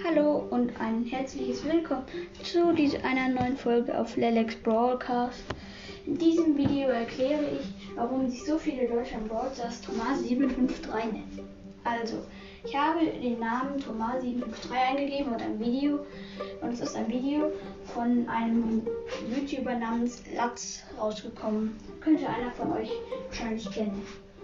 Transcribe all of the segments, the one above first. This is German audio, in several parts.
Hallo und ein herzliches Willkommen zu einer neuen Folge auf Lelex Brawlcast. In diesem Video erkläre ich, warum sich so viele Leute am Brawl Stars Thomas753 nennen. Also, ich habe den Namen Thomas753 eingegeben und ein Video, und es ist ein Video von einem YouTuber namens Latz rausgekommen. Könnte einer von euch wahrscheinlich kennen.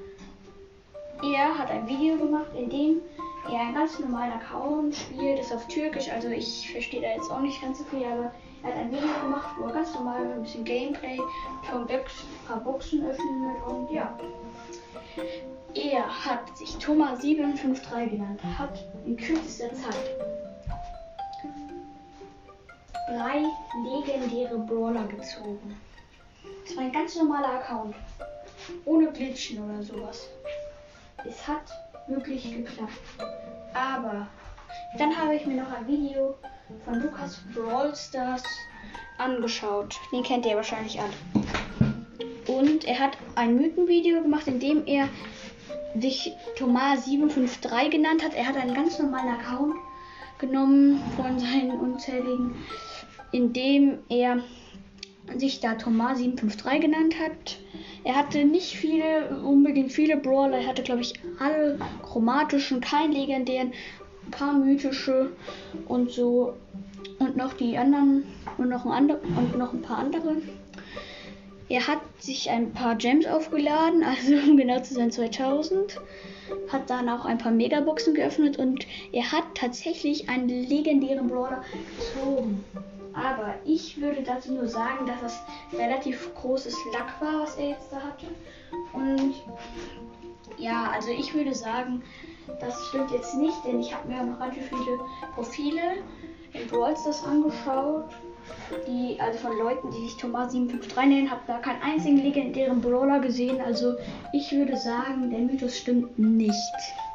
Er hat ein Video gemacht, in dem er einen ganz normalen Account spielt, ist auf Türkisch, also ich verstehe da jetzt auch nicht ganz so viel, aber er hat ein Video gemacht, wo er ganz normal ein bisschen Gameplay von ein paar Boxen öffnen und ja. Er hat sich Thomas753 genannt, hat in kürzester Zeit 3 legendäre Brawler gezogen. Das war ein ganz normaler Account, ohne Glitchen oder sowas. Es hat wirklich geklappt. Aber dann habe ich mir noch ein Video von Lukas Brawl Stars angeschaut. Den kennt ihr wahrscheinlich alle. Und er hat ein Mythenvideo gemacht, in dem er sich Thomas753 genannt hat. Er hat einen ganz normalen Account genommen von seinen unzähligen, in dem er sich da Thomas753 genannt hat. Er hatte nicht unbedingt viele Brawler. Er hatte, glaube ich, alle chromatischen, keinen legendären, ein paar mythische und so. Und noch die anderen und noch ein paar andere. Er hat sich ein paar Gems aufgeladen, also um genau zu sein 2000. Hat dann auch ein paar Megaboxen geöffnet und er hat tatsächlich einen legendären Brawler gezogen. Aber ich würde dazu nur sagen, dass es relativ großes Lack war, was er jetzt da hatte. Und ja, also ich würde sagen, das stimmt jetzt nicht, denn ich habe mir auch noch ganz viele Profile in Brawl Stars angeschaut, also von Leuten, die sich Thomas753 nennen, habe da keinen einzigen legendären Brawler gesehen. Also ich würde sagen, der Mythos stimmt nicht.